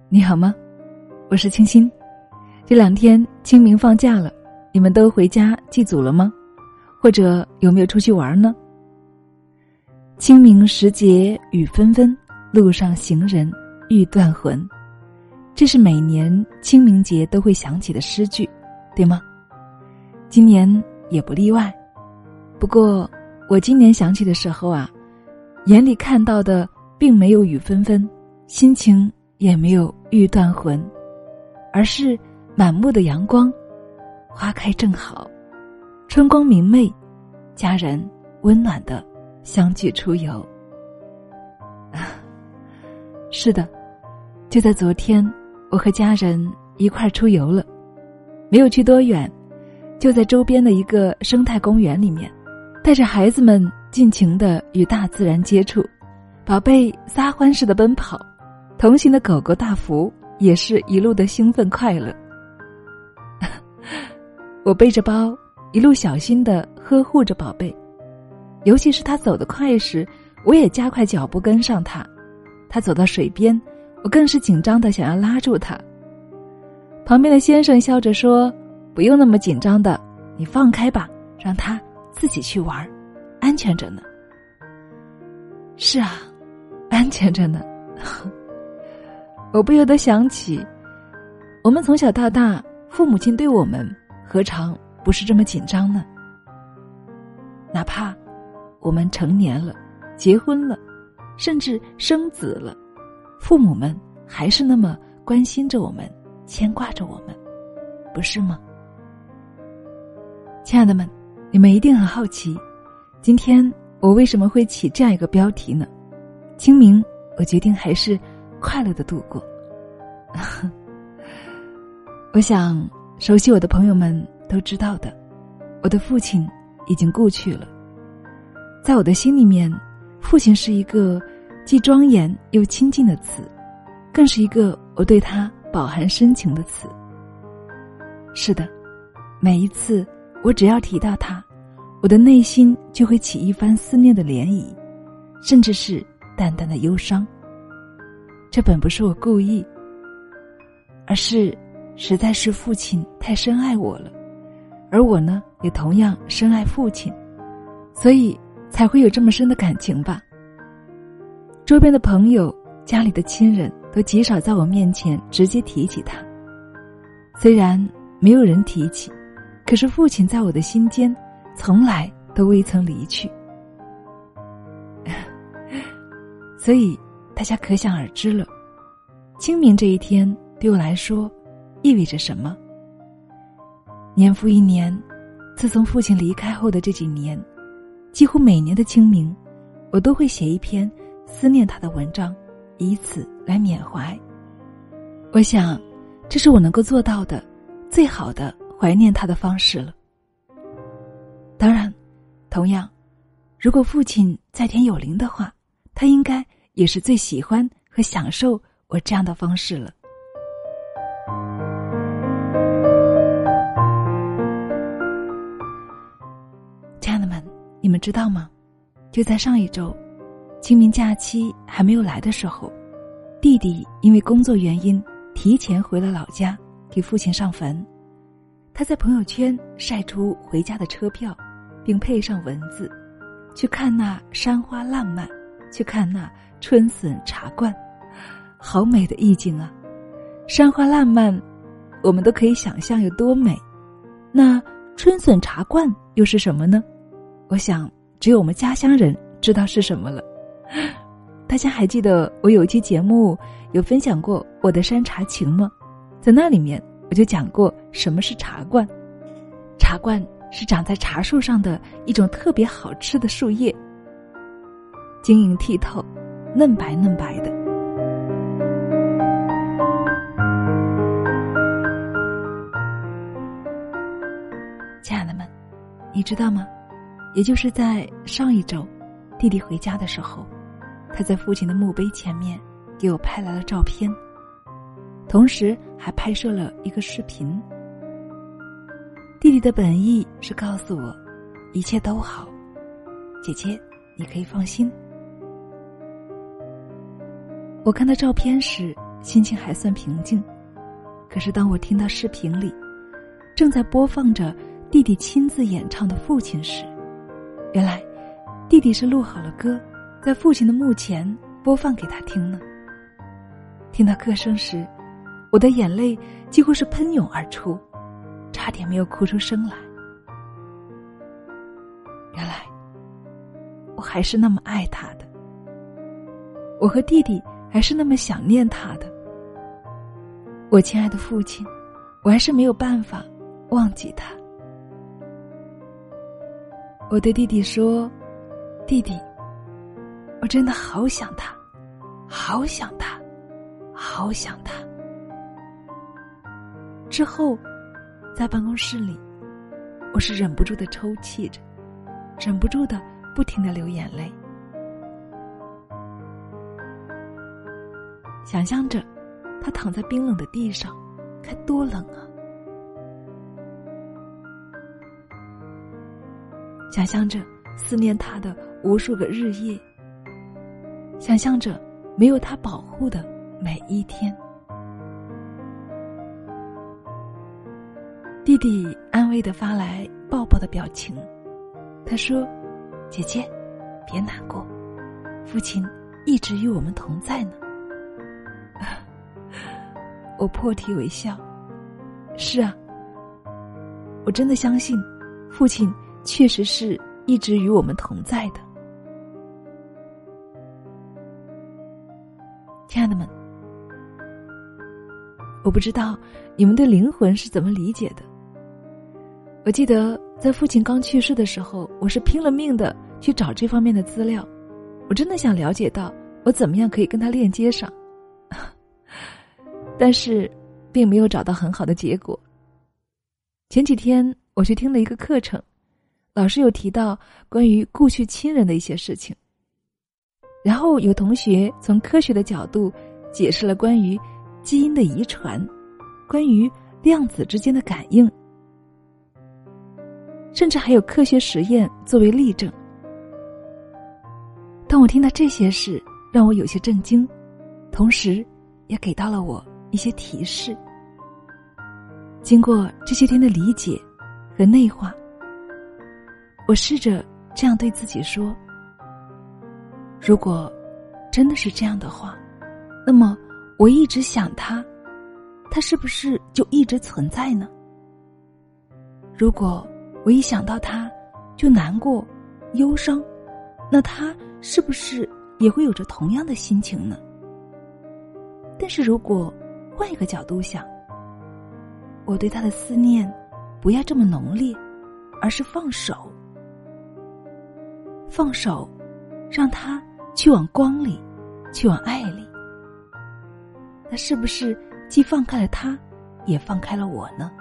你好吗？我是清新。这2天清明放假了，你们都回家祭祖了吗？或者有没有出去玩呢？清明时节雨纷纷，路上行人欲断魂。这是每年清明节都会想起的诗句，对吗？今年也不例外。不过我今年想起的时候啊，眼里看到的并没有雨纷纷，心情也没有欲断魂，而是满目的阳光，花开正好，春光明媚，家人温暖的相聚出游。是的，就在昨天，我和家人一块出游了，没有去多远，就在周边的一个生态公园里面，带着孩子们尽情地与大自然接触，宝贝撒欢似的奔跑，同行的狗狗大福也是一路的兴奋快乐。我背着包，一路小心地呵护着宝贝，尤其是他走得快时，我也加快脚步跟上他。他走到水边，我更是紧张地想要拉住他。旁边的先生笑着说：“不用那么紧张的，你放开吧，让他自己去玩，安全着呢。”是啊，安全着呢。我不由得想起，我们从小到大，父母亲对我们何尝不是这么紧张呢？哪怕我们成年了，结婚了，甚至生子了，父母们还是那么关心着我们，牵挂着我们，不是吗？亲爱的们，你们一定很好奇，今天我为什么会起这样一个标题呢？清明，我决定还是快乐的度过。我想熟悉我的朋友们都知道的，我的父亲已经故去了。在我的心里面，父亲是一个既庄严又亲近的词，更是一个我对他饱含深情的词。是的，每一次我只要提到他，我的内心就会起一番思念的涟漪，甚至是淡淡的忧伤。这本不是我故意，而是实在是父亲太深爱我了，而我呢，也同样深爱父亲，所以才会有这么深的感情吧。周边的朋友，家里的亲人都极少在我面前直接提起他。虽然没有人提起，可是父亲在我的心间从来都未曾离去。所以大家可想而知了，清明这一天对我来说意味着什么。年复一年，自从父亲离开后的这几年，几乎每年的清明，我都会写一篇思念他的文章，以此来缅怀。我想这是我能够做到的最好的怀念他的方式了。当然，同样，如果父亲在天有灵的话，他应该也是最喜欢和享受我这样的方式了。亲爱的们，你们知道吗？就在上一周，清明假期还没有来的时候，弟弟因为工作原因提前回了老家，给父亲上坟。他在朋友圈晒出回家的车票，并配上文字：去看那山花烂漫，去看那春笋茶灌。好美的意境啊！山花烂漫，我们都可以想象有多美。那春笋茶灌又是什么呢？我想只有我们家乡人知道是什么了。大家还记得我有一期节目有分享过我的山茶情吗？在那里面我就讲过什么是茶灌。茶灌是长在茶树上的一种特别好吃的树叶，晶莹剔透，嫩白嫩白的。亲爱的们，你知道吗？也就是在上一周，弟弟回家的时候，他在父亲的墓碑前面给我拍来了照片，同时还拍摄了一个视频。弟弟的本意是告诉我，一切都好，姐姐，你可以放心。我看到照片时， 心情还算平静。可是当我听到视频里正在播放着弟弟亲自演唱的《父亲》时，原来弟弟是录好了歌，在父亲的墓前播放给他听呢。听到歌声时，我的眼泪几乎是喷涌而出，差点没有哭出声来。原来我还是那么爱他的，我和弟弟还是那么想念他的。我亲爱的父亲，我还是没有办法忘记他。我对弟弟说，弟弟，我真的好想他，好想他，好想他。之后在办公室里，我是忍不住的抽泣着，忍不住的不停的流眼泪，想象着他躺在冰冷的地上，该多冷啊！想象着思念他的无数个日夜，想象着没有他保护的每一天。弟弟安慰地发来抱抱的表情，他说：“姐姐，别难过，父亲一直与我们同在呢。”我破涕为笑。是啊，我真的相信，父亲确实是一直与我们同在的。亲爱的们，我不知道你们对灵魂是怎么理解的。我记得在父亲刚去世的时候，我是拼了命的去找这方面的资料，我真的想了解到我怎么样可以跟他链接上，但是并没有找到很好的结果。前几天我去听了一个课程，老师有提到关于故去亲人的一些事情，然后有同学从科学的角度解释了关于基因的遗传，关于量子之间的感应，甚至还有科学实验作为例证。当我听到这些事，让我有些震惊，同时也给到了我一些提示。经过这些天的理解和内化，我试着这样对自己说，如果真的是这样的话，那么我一直想他，他是不是就一直存在呢？如果我一想到他就难过忧伤，那他是不是也会有着同样的心情呢？但是如果换一个角度想，我对他的思念不要这么浓烈，而是放手，放手让他去往光里，去往爱里，那是不是既放开了他，也放开了我呢？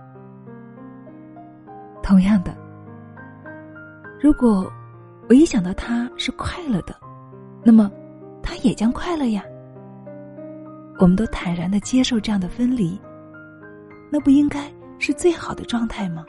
同样的，如果我一想到他是快乐的，那么他也将快乐呀。我们都坦然地接受这样的分离，那不应该是最好的状态吗？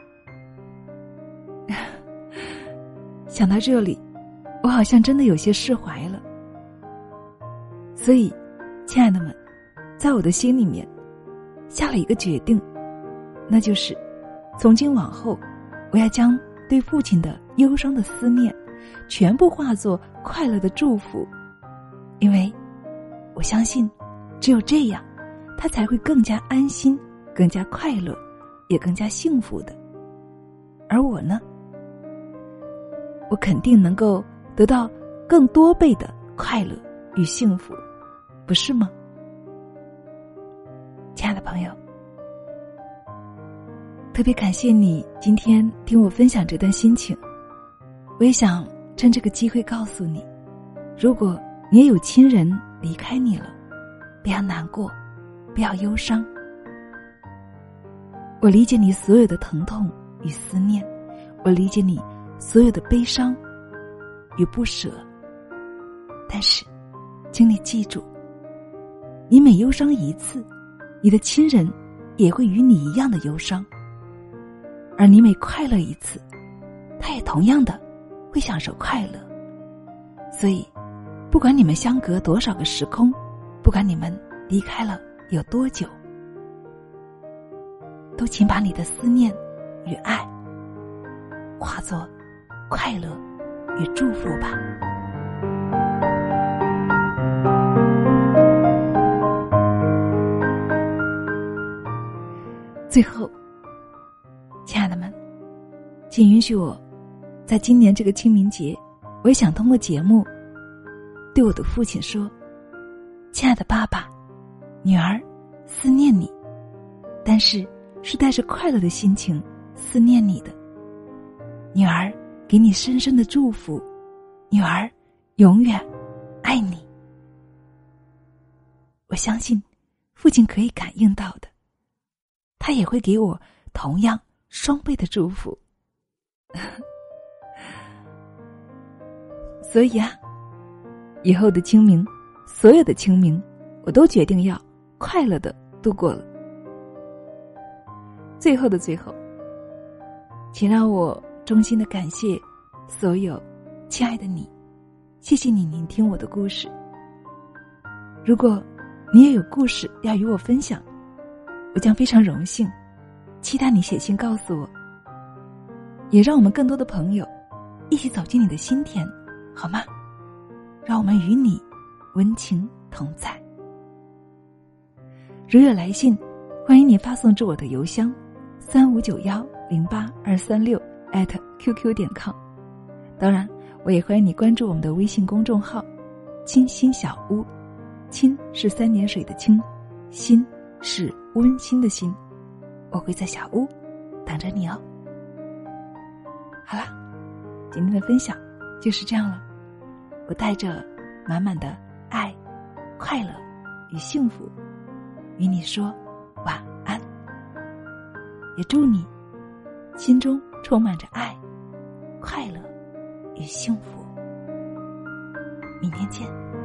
想到这里，我好像真的有些释怀了。所以，亲爱的们，在我的心里面下了一个决定，那就是从今往后，我要将对父亲的忧伤的思念全部化作快乐的祝福，因为我相信只有这样，他才会更加安心，更加快乐，也更加幸福的。而我呢，我肯定能够得到更多倍的快乐与幸福，不是吗？亲爱的朋友，特别感谢你今天听我分享这段心情。我也想趁这个机会告诉你，如果你也有亲人离开你了，不要难过，不要忧伤。我理解你所有的疼痛与思念，我理解你所有的悲伤与不舍，但是请你记住，你每忧伤一次，你的亲人也会与你一样的忧伤，而你每快乐一次，他也同样的会享受快乐。所以不管你们相隔多少个时空，不管你们离开了有多久，都请把你的思念与爱化作快乐与祝福吧。最后，亲爱的们，请允许我在今年这个清明节，我也想通过节目对我的父亲说，亲爱的爸爸，女儿思念你，但是是带着快乐的心情思念你的。女儿给你深深的祝福，女儿永远爱你。我相信父亲可以感应到的，他也会给我同样双倍的祝福。所以啊，以后的清明，所有的清明，我都决定要快乐的度过了。最后的最后，请让我衷心的感谢所有亲爱的你，谢谢你聆听我的故事。如果你也有故事要与我分享，我将非常荣幸，期待你写信告诉我，也让我们更多的朋友一起走进你的心田，好吗？让我们与你温情同在。如有来信，欢迎你发送至我的邮箱3591082236@qq.com。当然，我也欢迎你关注我们的微信公众号清新小屋，清是3点水的清，心是温馨的心，我会在小屋等着你哦。好啦，今天的分享就是这样了。我带着满满的爱、快乐与幸福与你说晚安，也祝你心中充满着爱、快乐与幸福。明天见。